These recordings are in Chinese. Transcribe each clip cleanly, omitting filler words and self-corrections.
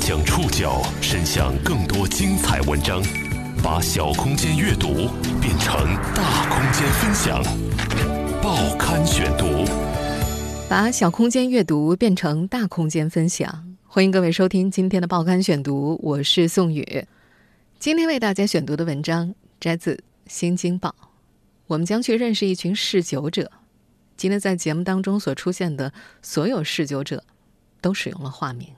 将触角伸向更多精彩文章，把小空间阅读变成大空间分享。报刊选读， 把小空间阅读变成大空间分享。欢迎各位收听今天的报刊选读，我是宋宇。今天为大家选读的文章摘自《新京报》，我们将去认识一群嗜酒者。今天在节目当中所出现的所有嗜酒者都使用了化名。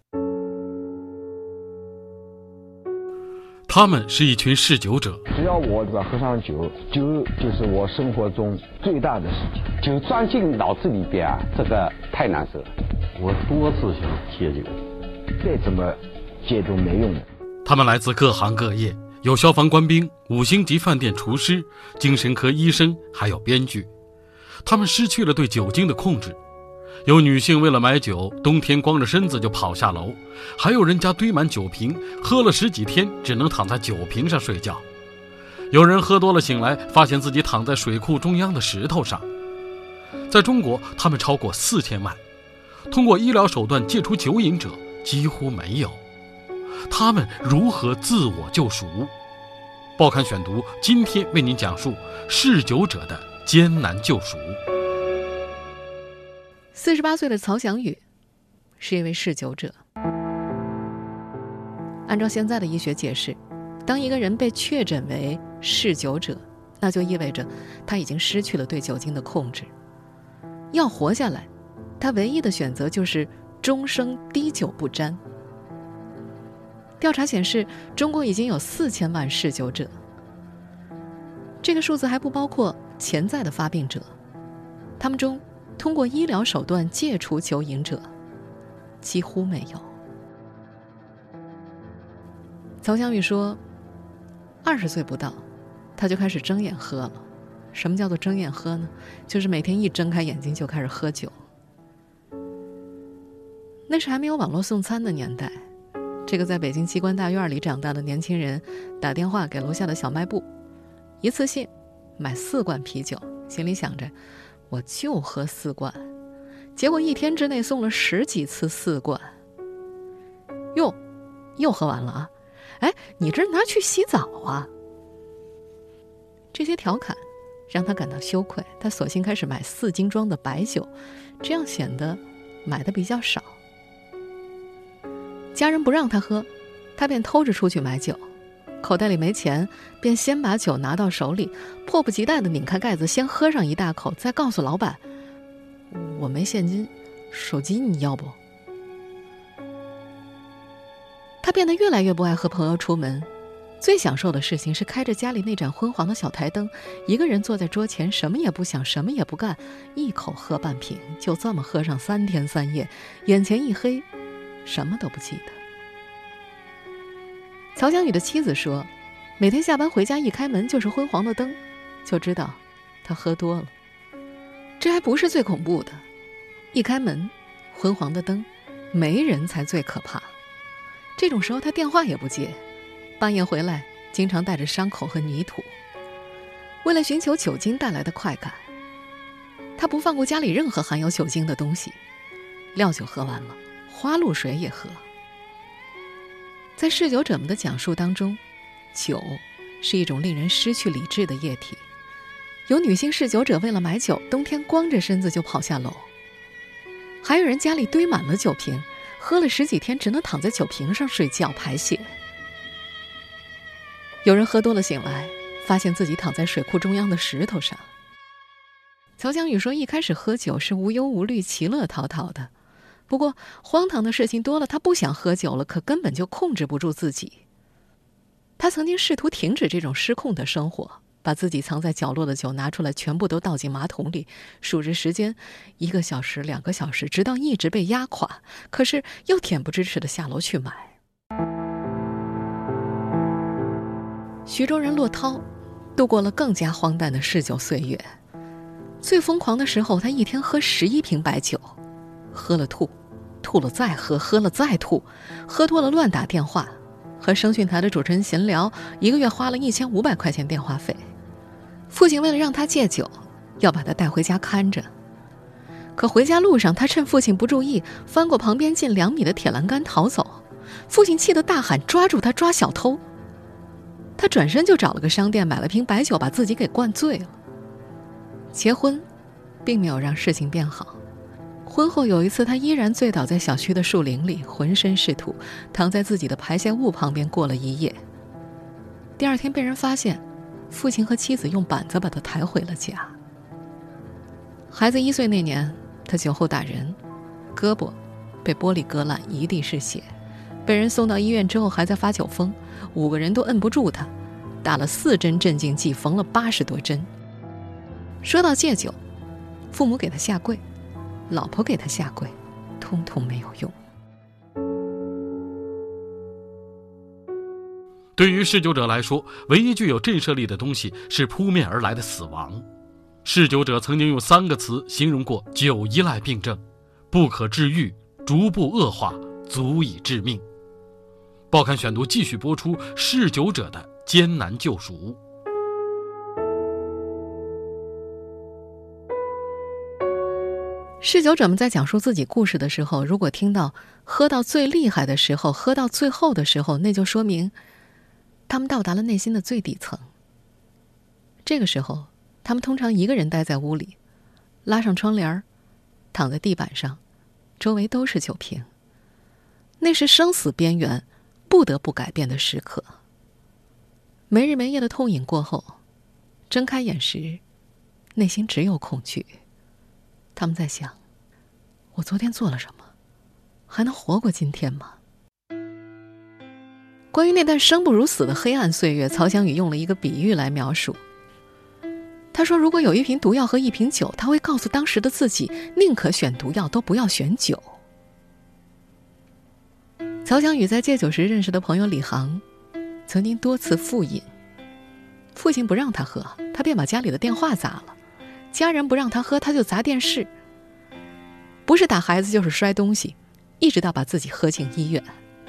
他们是一群嗜酒者， 只要我喝上酒，酒就是我生活中最大的事情。 酒钻进脑子里边啊，这个太难受了。 我多次想戒酒， 再怎么戒都没用的。 他们来自各行各业，有消防官兵、5星级饭店厨师、精神科医生，还有编剧。他们失去了对酒精的控制。有女性为了买酒，冬天光着身子就跑下楼，还有人家堆满酒瓶，喝了10几天只能躺在酒瓶上睡觉。有人喝多了醒来，发现自己躺在水库中央的石头上。在中国，他们超过4000万，通过医疗手段戒除酒瘾者几乎没有。他们如何自我救赎？报刊选读今天为您讲述嗜酒者的艰难救赎。 48岁的曹翔宇是一位嗜酒者。按照现在的医学解释，当一个人被确诊为嗜酒者，那就意味着他已经失去了对酒精的控制。要活下来，他唯一的选择就是终生滴酒不沾。调查显示，中国已经有4000万嗜酒者，这个数字还不包括潜在的发病者。他们中通过医疗手段戒除酒瘾者几乎没有。曹翔宇说，20岁不到他就开始睁眼喝了。什么叫做睁眼喝呢？就是每天一睁开眼睛就开始喝酒。那是还没有网络送餐的年代，这个在北京机关大院里长大的年轻人打电话给楼下的小卖部，一次性买4罐啤酒，心里想着我就喝4罐，结果1天之内送了10几次4罐。哟，又喝完了啊？哎，你这拿去洗澡啊？这些调侃让他感到羞愧，他索性开始买4斤装的白酒，这样显得买的比较少。家人不让他喝，他便偷着出去买酒，口袋里没钱，便先把酒拿到手里，迫不及待地拧开盖子，先喝上一大口，再告诉老板，我没现金，手机你要不？他变得越来越不爱和朋友出门，最享受的事情是开着家里那盏昏黄的小台灯，一个人坐在桌前，什么也不想，什么也不干，一口喝半瓶，就这么喝上3天3夜，眼前一黑，什么都不记得。曹翔宇的妻子说，每天下班回家一开门就是昏黄的灯，就知道他喝多了。这还不是最恐怖的，一开门昏黄的灯，没人才最可怕。这种时候他电话也不接，半夜回来经常带着伤口和泥土。为了寻求酒精带来的快感，他不放过家里任何含有酒精的东西，料酒喝完了，花露水也喝。在嗜酒者们的讲述当中，酒是一种令人失去理智的液体。有女性嗜酒者为了买酒，冬天光着身子就跑下楼。还有人家里堆满了酒瓶，喝了10几天只能躺在酒瓶上睡觉排泄。有人喝多了醒来，发现自己躺在水库中央的石头上。曹翔宇说，一开始喝酒是无忧无虑、其乐陶陶的，不过荒唐的事情多了，他不想喝酒了，可根本就控制不住自己。他曾经试图停止这种失控的生活，把自己藏在角落的酒拿出来，全部都倒进马桶里，数着时间，1个小时、2个小时，直到一直被压垮，可是又恬不知耻地下楼去买。徐州人骆涛度过了更加荒诞的嗜酒岁月。最疯狂的时候，他一天喝11瓶白酒，喝了吐，吐了再喝，喝了再吐，喝多了乱打电话，和声讯台的主持人闲聊，1个月花了1500块钱电话费。父亲为了让他戒酒，要把他带回家看着。可回家路上，他趁父亲不注意，翻过旁边近2米的铁栏杆逃走。 父亲气得大喊：“抓住他，抓小偷！”他转身就找了个商店，买了瓶白酒，把自己给灌醉了。结婚并没有让事情变好。婚后有一次，他依然醉倒在小区的树林里，浑身是土，躺在自己的排泄物旁边过了一夜。第二天被人发现，父亲和妻子用板子把他抬回了家。孩子1岁那年，他酒后打人，胳膊被玻璃割烂，一地是血，被人送到医院之后还在发酒疯，5个人都摁不住他，打了4针镇静剂，缝了80多针。说到戒酒，父母给他下跪，老婆给他下跪，通通没有用。 对于嗜酒者来说，唯一具有震慑力的东西是扑面而来的死亡。嗜酒者曾经用3个词形容过酒依赖病症：不可治愈、逐步恶化、足以致命。报刊选读继续播出嗜酒者的艰难救赎。 嗜酒者们在讲述自己故事的时候，如果听到喝到最厉害的时候，喝到最后的时候，那就说明他们到达了内心的最底层。这个时候，他们通常一个人待在屋里，拉上窗帘，躺在地板上，周围都是酒瓶。那是生死边缘不得不改变的时刻。没日没夜的痛饮过后，睁开眼时，内心只有恐惧。他们在想，我昨天做了什么？还能活过今天吗？关于那段生不如死的黑暗岁月，曹翔宇用了一个比喻来描述。他说，如果有一瓶毒药和一瓶酒，他会告诉当时的自己，宁可选毒药，都不要选酒。曹翔宇在戒酒时认识的朋友李航，曾经多次复饮，父亲不让他喝，他便把家里的电话砸了；家人不让他喝，他就砸电视，不是打孩子就是摔东西，一直到把自己喝进医院。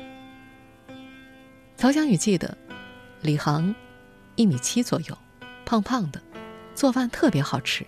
曹翔宇记得，李航1.7米左右，胖胖的，做饭特别好吃。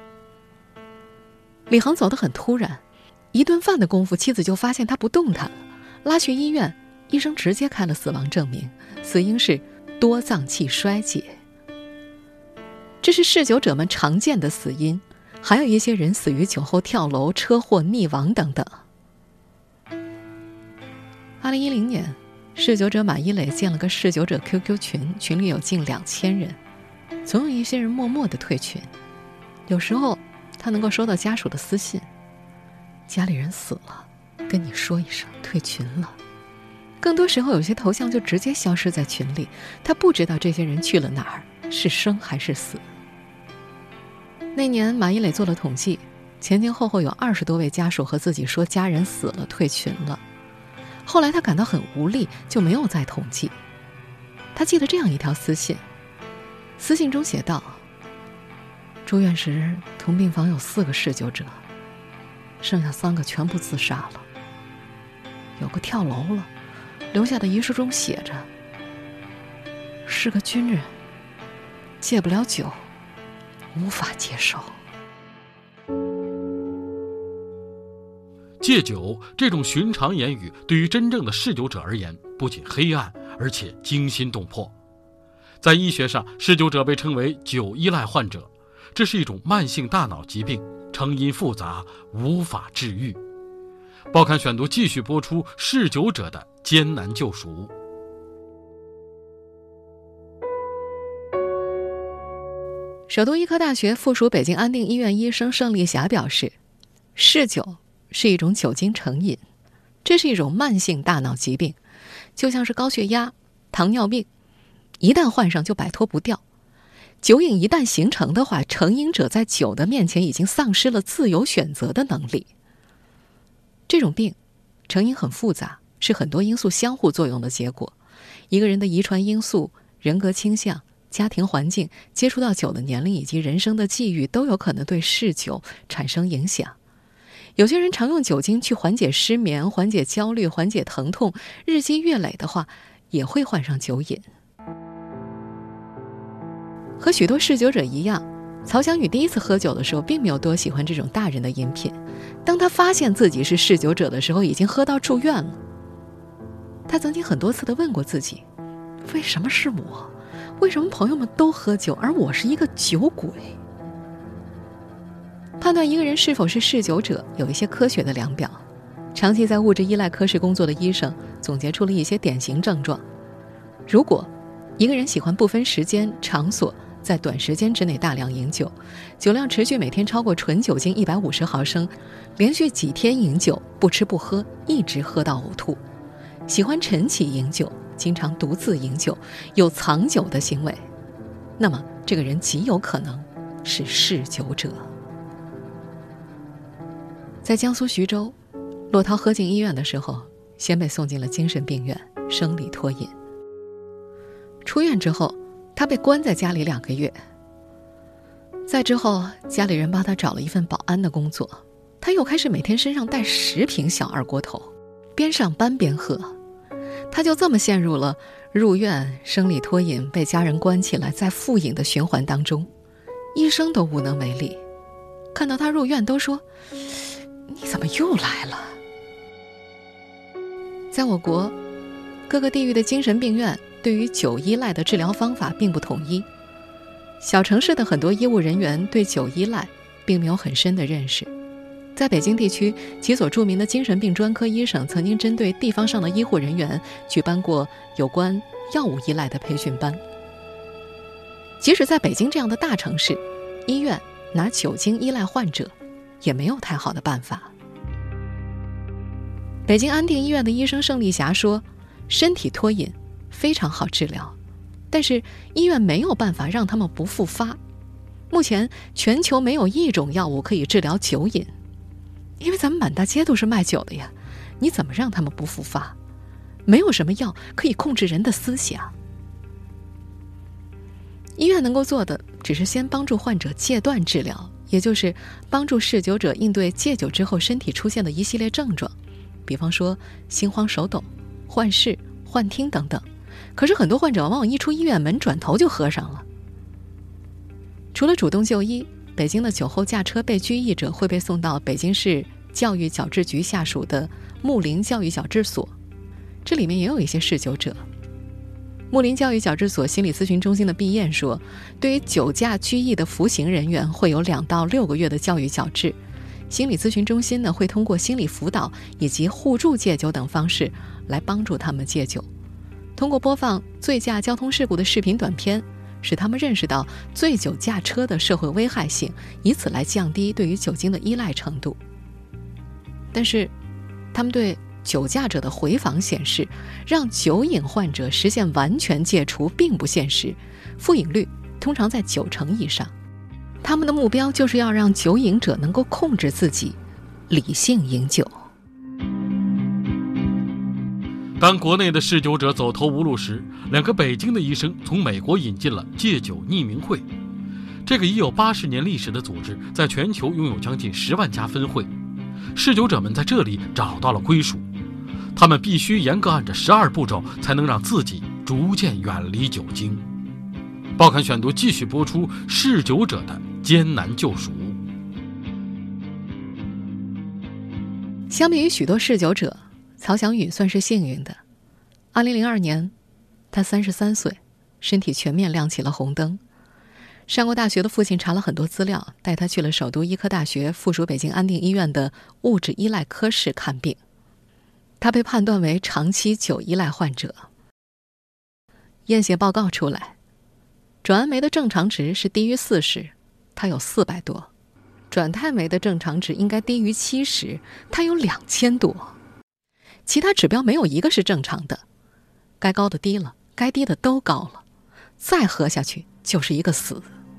李航走得很突然，一顿饭的功夫，妻子就发现他不动弹了，拉去医院，医生直接开了死亡证明，死因是多脏器衰竭。这是嗜酒者们常见的死因，还有一些人死于酒后跳楼、车祸、溺亡等等。2010年，嗜酒者马一磊建了个嗜酒者 QQ 群，群里有近2000人，总有一些人默默地退群。有时候他能够收到家属的私信，家里人死了，跟你说一声，退群了。更多时候有些头像就直接消失在群里，他不知道这些人去了哪儿，是生还是死。那年马一磊做了统计，前前后后有20多位家属和自己说家人死了，退群了。后来他感到很无力，就没有再统计。他记得这样一条私信，私信中写道：住院时同病房有4个嗜酒者，剩下3个全部自杀了，有个跳楼了，留下的遗书中写着：是个军人，戒不了酒，无法接受。 戒酒这种寻常言语，对于真正的嗜酒者而言，不仅黑暗，而且惊心动魄。在医学上，嗜酒者被称为酒依赖患者，这是一种慢性大脑疾病，成因复杂，无法治愈。报刊选读继续播出嗜酒者的艰难救赎。 首都医科大学附属北京安定医院医生盛丽霞表示，嗜酒是一种酒精成瘾，这是一种慢性大脑疾病，就像是高血压、糖尿病，一旦患上就摆脱不掉。酒瘾一旦形成的话，成瘾者在酒的面前已经丧失了自由选择的能力。这种病成因很复杂，是很多因素相互作用的结果。一个人的遗传因素、人格倾向、家庭环境、接触到酒的年龄以及人生的际遇，都有可能对嗜酒产生影响。有些人常用酒精去缓解失眠、缓解焦虑、缓解疼痛，日积月累的话，也会患上酒瘾。和许多嗜酒者一样，曹翔宇第一次喝酒的时候并没有多喜欢这种大人的饮品。当他发现自己是嗜酒者的时候，已经喝到住院了。 他曾经很多次地问过自己，为什么是我？为什么朋友们都喝酒，而我是一个酒鬼？判断一个人是否是嗜酒者有一些科学的量表，长期在物质依赖科室工作的医生总结出了一些典型症状。如果一个人喜欢不分时间、场所，在短时间之内大量饮酒，酒量持续每天超过纯酒精150毫升，连续几天饮酒，不吃不喝，一直喝到呕吐，喜欢晨起饮酒，经常独自饮酒，有藏酒的行为，那么这个人极有可能是嗜酒者。在江苏徐州，骆涛喝进医院的时候，先被送进了精神病院，生理脱饮。出院之后，他被关在家里2个月。再之后，家里人帮他找了一份保安的工作，他又开始每天身上带10瓶小二锅头，边上班边喝。他就这么陷入了入院、生理脱饮、被家人关起来、再复饮的循环当中，医生都无能为力。看到他入院都说，你怎么又来了？在我国，各个地域的精神病院对于酒依赖的治疗方法并不统一。小城市的很多医务人员对酒依赖并没有很深的认识。在北京地区，几所著名的精神病专科医生曾经针对地方上的医护人员举办过有关药物依赖的培训班。即使在北京这样的大城市，医院拿酒精依赖患者也没有太好的办法。北京安定医院的医生盛丽霞说，身体脱饮非常好治疗，但是医院没有办法让他们不复发。目前全球没有一种药物可以治疗酒瘾，因为咱们满大街都是卖酒的呀，你怎么让他们不复发？没有什么药可以控制人的思想。医院能够做的只是先帮助患者戒断治疗，也就是帮助嗜酒者应对戒酒之后身体出现的一系列症状，比方说心慌手抖、幻视、幻听等等。可是很多患者往往一出医院门转头就喝上了。除了主动就医，北京的酒后驾车被拘役者会被送到北京市教育矫治局下属的睦林教育矫治所，这里面也有一些嗜酒者。睦林教育矫治所心理咨询中心的毕燕说，对于酒驾拘役的服刑人员会有2到6个月的教育矫治，心理咨询中心呢会通过心理辅导以及互助戒酒等方式来帮助他们戒酒。通过播放醉驾交通事故的视频短片，使他们认识到醉酒驾车的社会危害性，以此来降低对于酒精的依赖程度。但是他们对酒驾者的回访显示，让酒瘾患者实现完全戒除并不现实，复饮率通常在90%以上。他们的目标就是要让酒瘾者能够控制自己，理性饮酒。 当国内的嗜酒者走投无路时，2个北京的医生从美国引进了戒酒匿名会。这个已有80年历史的组织，在全球拥有将近10万家分会。嗜酒者们在这里找到了归属，他们必须严格按着12步骤，才能让自己逐渐远离酒精。报刊选读继续播出嗜酒者的艰难救赎。 相比于许多嗜酒者，曹翔宇算是幸运的。2002年，他33岁，身体全面亮起了红灯。上过大学的父亲查了很多资料，带他去了首都医科大学附属北京安定医院的物质依赖科室看病。他被判断为长期酒依赖患者。验血报告出来，转氨酶的正常值是低于40，他有400多；转肽酶的正常值应该低于70，他有2000多。其他指标没有一个是正常的，该高的低了，该低的都高了，再喝下去就是一个死。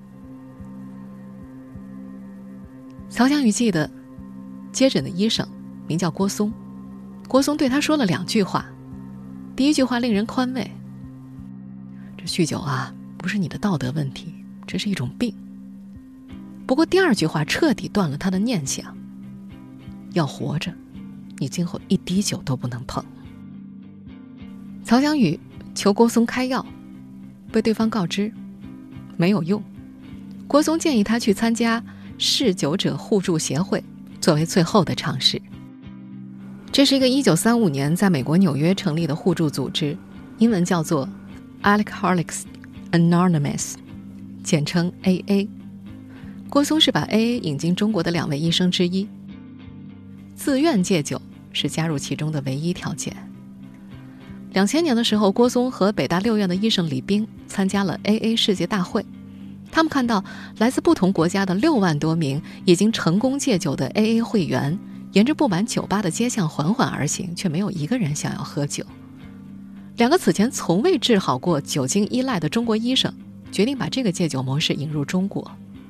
曹翔宇记得接诊的医生名叫郭松，郭松对他说了2句话。第一句话令人宽慰，这酗酒啊不是你的道德问题，这是一种病。不过第2句话彻底断了他的念想，要活着你今后一滴酒都不能碰。曹翔宇求郭松开药，被对方告知没有用。郭松建议他去参加嗜酒者互助协会，作为最后的尝试。 这是一个1935年在美国纽约成立的互助组织，英文叫做 Alcoholics Anonymous， 简称 AA。 郭松是把 AA 引进中国的2位医生之一，自愿戒酒是加入其中的唯一条件。2000年的时候，郭松和北大6院的医生李斌参加了 AA 世界大会，他们看到来自不同国家的6万多名已经成功戒酒的 AA 会员沿着布满酒吧的街巷缓缓而行，却没有一个人想要喝酒。2个此前从未治好过酒精依赖的中国医生决定把这个戒酒模式引入中国。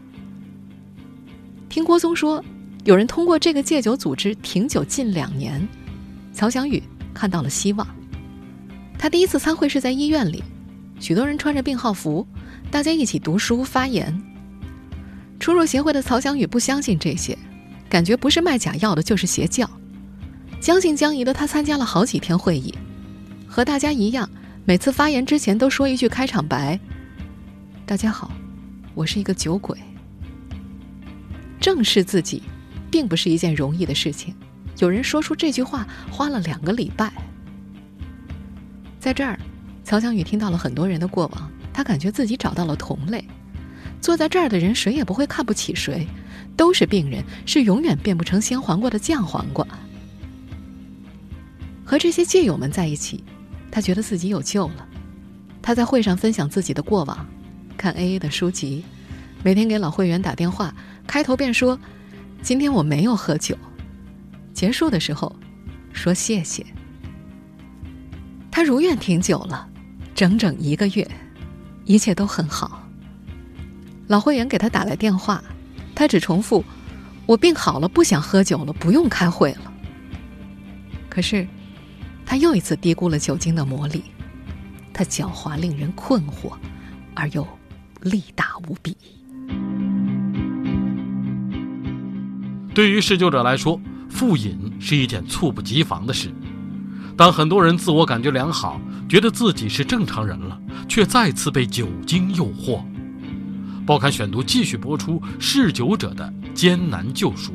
听郭松说，有人通过这个戒酒组织停酒近2年，曹翔宇看到了希望。他第一次参会是在医院里，许多人穿着病号服，大家一起读书发言。出入协会的曹翔宇不相信这些，感觉不是卖假药的就是邪教。将信将疑的他参加了好几天会议，和大家一样，每次发言之前都说一句开场白：大家好，我是一个酒鬼。正视自己并不是一件容易的事情，有人说出这句话花了2个礼拜。在这儿，曹翔宇听到了很多人的过往，他感觉自己找到了同类。坐在这儿的人谁也不会看不起谁，都是病人，是永远变不成鲜黄瓜的酱黄瓜。和这些戒友们在一起，他觉得自己有救了。他在会上分享自己的过往，看 AA 的书籍，每天给老会员打电话，开头便说今天我没有喝酒，结束的时候说谢谢。他如愿停酒了，整整1个月，一切都很好。老会员给他打来电话，他只重复我病好了，不想喝酒了，不用开会了。可是他又一次低估了酒精的魔力，它狡猾令人困惑，而又力大无比。 对于嗜酒者来说，复饮是一件猝不及防的事。当很多人自我感觉良好，觉得自己是正常人了，却再次被酒精诱惑。报刊选读继续播出嗜酒者的艰难救赎。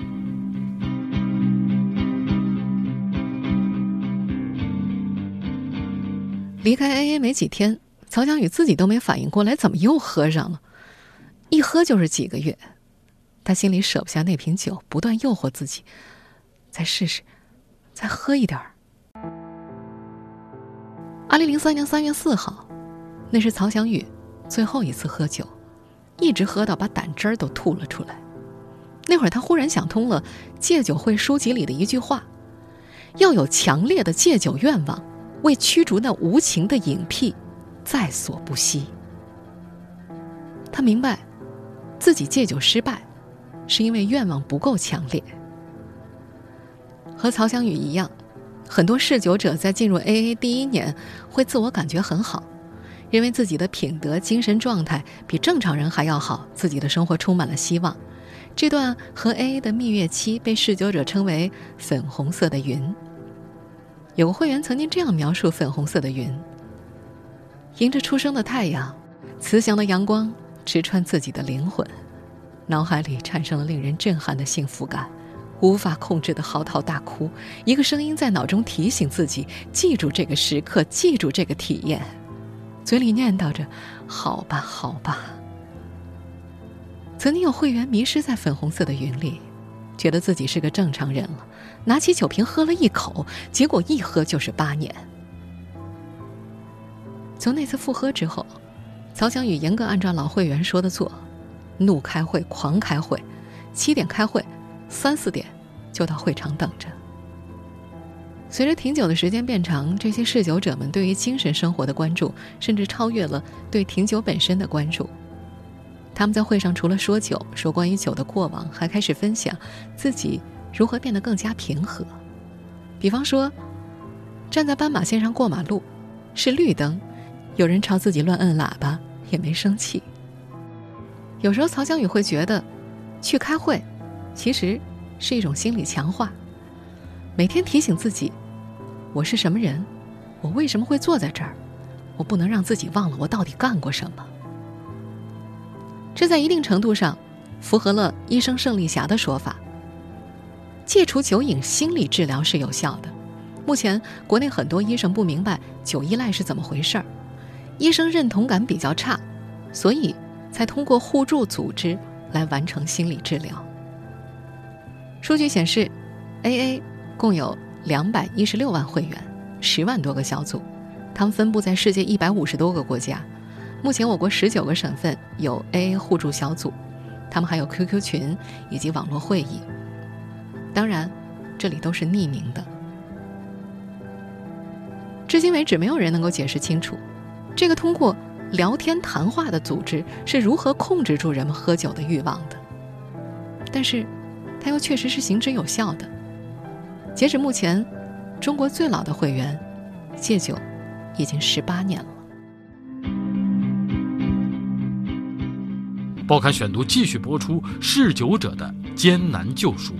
离开 AA 没几天，曹翔宇自己都没反应过来怎么又喝上了，一喝就是几个月。他心里舍不下那瓶酒，不断诱惑自己，再试试，再喝一点儿。2003年3月4号，那是曹翔宇最后一次喝酒，一直喝到把胆汁儿都吐了出来。那会儿他忽然想通了戒酒会书籍里的一句话：要有强烈的戒酒愿望，为驱逐那无情的瘾癖在所不惜。他明白自己戒酒失败是因为愿望不够强烈。和曹翔宇一样，很多嗜酒者在进入 AA 第1年会自我感觉很好，认为自己的品德精神状态比正常人还要好，自己的生活充满了希望。这段和 AA 的蜜月期被嗜酒者称为粉红色的云。有个会员曾经这样描述粉红色的云：迎着初升的太阳，慈祥的阳光直穿自己的灵魂，脑海里产生了令人震撼的幸福感，无法控制的嚎啕大哭。一个声音在脑中提醒自己记住这个时刻，记住这个体验，嘴里念叨着好吧好吧。曾经有会员迷失在粉红色的云里，觉得自己是个正常人了，拿起酒瓶喝了一口，结果一喝就是8年。从那次复喝之后，曹翔宇严格按照老会员说的做，怒开会，狂开会，7点开会，3、4点就到会场等着。随着停酒的时间变长，这些嗜酒者们对于精神生活的关注甚至超越了对停酒本身的关注。他们在会上除了说酒，说关于酒的过往，还开始分享自己如何变得更加平和。比方说，站在斑马线上过马路，是绿灯，有人朝自己乱摁喇叭，也没生气。有时候曹翔宇会觉得，去开会其实是一种心理强化，每天提醒自己，我是什么人，我为什么会坐在这儿，我不能让自己忘了我到底干过什么。这在一定程度上符合了医生盛丽霞的说法： 戒除酒瘾心理治疗是有效的。目前国内很多医生不明白酒依赖是怎么回事儿，医生认同感比较差，所以才通过互助组织来完成心理治疗。数据显示 AA 共有216万会员，10万多个小组，他们分布在世界150多个国家。目前我国19个省份有 AA 互助小组，他们还有 QQ 群以及网络会议，当然这里都是匿名的。至今为止没有人能够解释清楚这个通过聊天谈话的组织是如何控制住人们喝酒的欲望的，但是它又确实是行之有效的。截止目前，中国最老的会员戒酒已经18年了。 报刊选读继续播出嗜酒者的艰难救赎。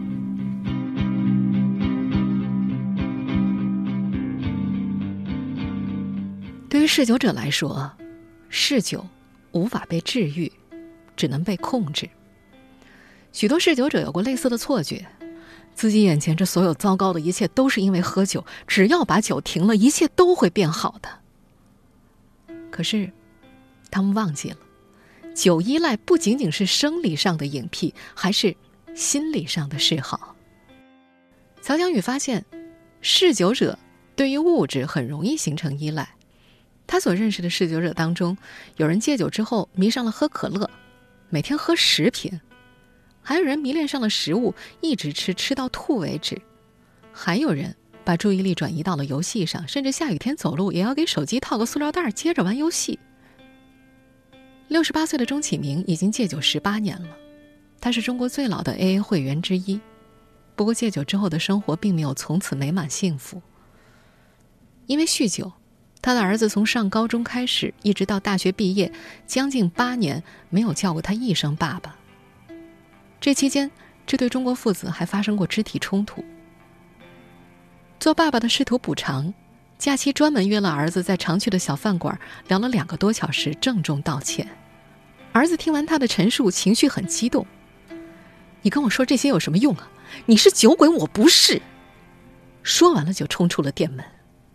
对于嗜酒者来说，嗜酒无法被治愈，只能被控制。许多嗜酒者有过类似的错觉，自己眼前这所有糟糕的一切都是因为喝酒，只要把酒停了，一切都会变好的。可是他们忘记了，酒依赖不仅仅是生理上的瘾癖，还是心理上的嗜好。曹江宇发现，嗜酒者对于物质很容易形成依赖。他所认识的嗜酒者当中，有人戒酒之后迷上了喝可乐，每天喝10瓶，还有人迷恋上了食物，一直吃到吐为止，还有人把注意力转移到了游戏上，甚至下雨天走路也要给手机套个塑料袋接着玩游戏。68岁的钟启明已经戒酒18年了，他是中国最老的 AA 会员之一。不过戒酒之后的生活并没有从此美满幸福，因为酗酒，他的儿子从上高中开始一直到大学毕业，将近8年没有叫过他一声爸爸。这期间，这对中国父子还发生过肢体冲突。做爸爸的试图补偿，假期专门约了儿子在常去的小饭馆聊了2个多小时，郑重道歉。儿子听完他的陈述，情绪很激动：“你跟我说这些有什么用啊？你是酒鬼，我不是。”说完了就冲出了店门。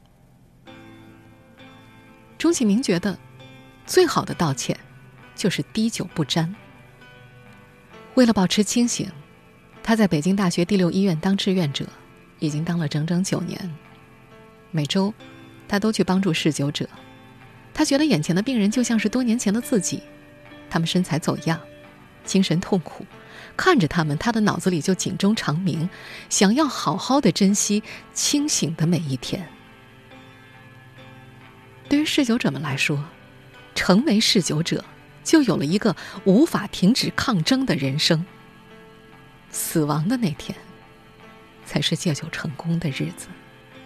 钟启明觉得，最好的道歉就是滴酒不沾。为了保持清醒，他在北京大学第6医院当志愿者，已经当了整整9年。每周，他都去帮助嗜酒者。他觉得眼前的病人就像是多年前的自己，他们身材走样，精神痛苦，看着他们，他的脑子里就警钟长鸣，想要好好的珍惜清醒的每一天。对于嗜酒者们来说，成为嗜酒者就有了一个无法停止抗争的人生。死亡的那天，才是戒酒成功的日子。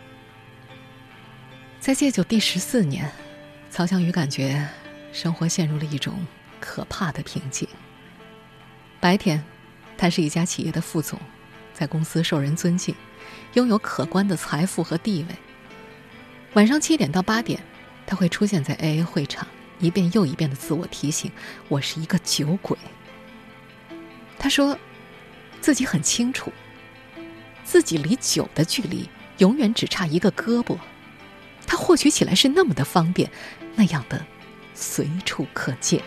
在戒酒第14年，曹向宇感觉生活陷入了一种可怕的平静。白天，他是一家企业的副总，在公司受人尊敬，拥有可观的财富和地位。晚上7点到8点，他会出现在 AA 会场，一遍又一遍地自我提醒：我是一个酒鬼。他说自己很清楚，自己离酒的距离永远只差一个胳膊，他获取起来是那么的方便，那样的随处可见。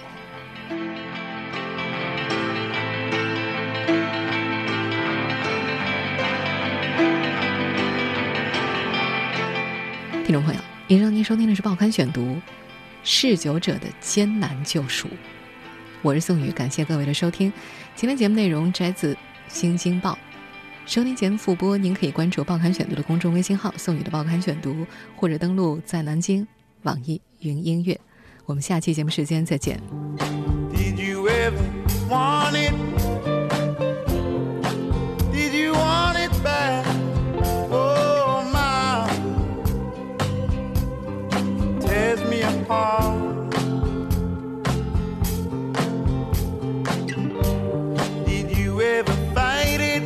听众朋友，以上您收听的是《报刊选读》，嗜酒者的艰难救赎。我是宋宇，感谢各位的收听。今天节目内容摘自《新京报》。收听节目复播，您可以关注《报刊选读》的公众微信号“宋宇的报刊选读”，或者登录在南京网易云音乐。我们下期节目时间再见。Did you ever want it? Did you want it bad? Oh my, tears me apart. Did you ever fight it?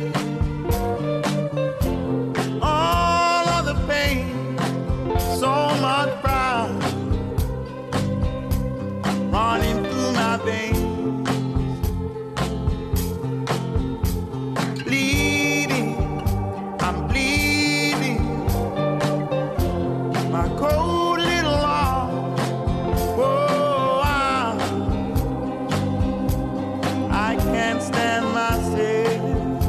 All of the pain, so much pride running through my veins. my cold little heart. Oh, I can't stand myself,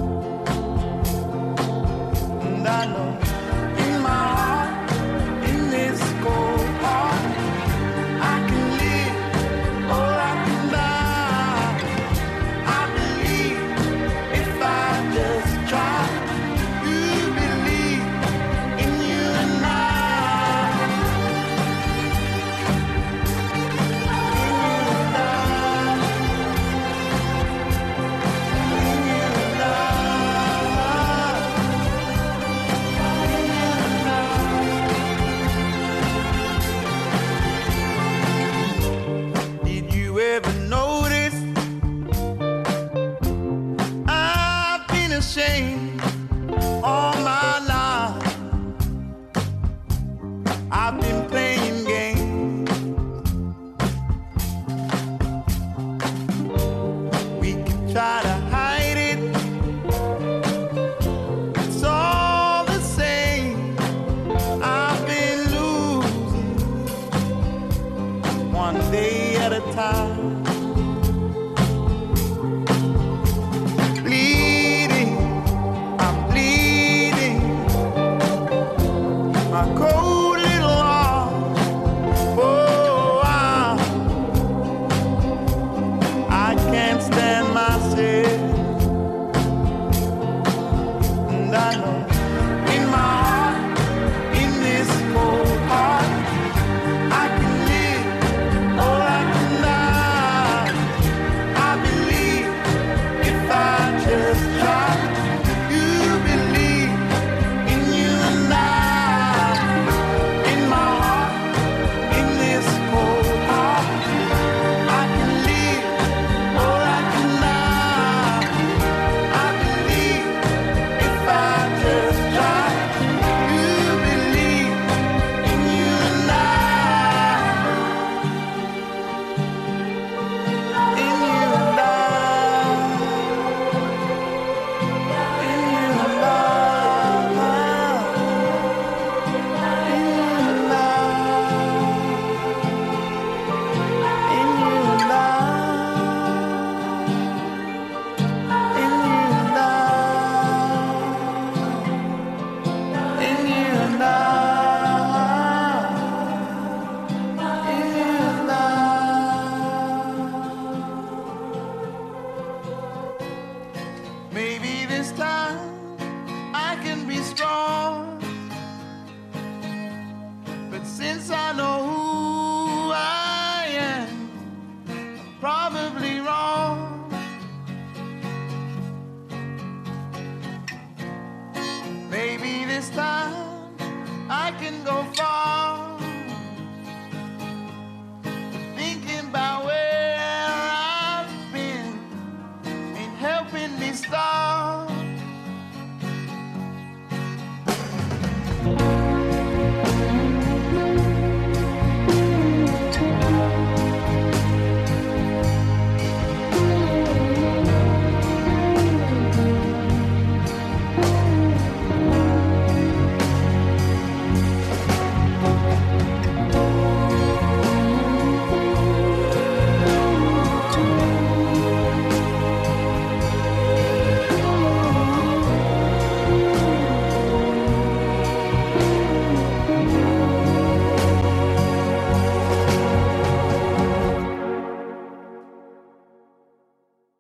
and I know in my heart, in this cold heart, I can live or I can die. I believe if I just try. You believe in you and I. Did you ever notice I've been ashamed all my life? I've been playing games. We can try to hide it, it's all the same. I've been losing one day at a time. Bleeding, I'm bleeding. My cold little heart. Oh, I can't stand myself, and I know in my heart, in this cold heart, I can live or I can die. I believe if I just try. You believe in you and I. In my heart, in this cold heart, I can live or I can die. I believe if I just try. You believe in you and I. In you and I. In you and I. In you and I. In you and I. In you and I. In you and I. In you and I. Maybe this time I can be strong, but since I know who I am, I'm probably wrong. Maybe this time I can go far,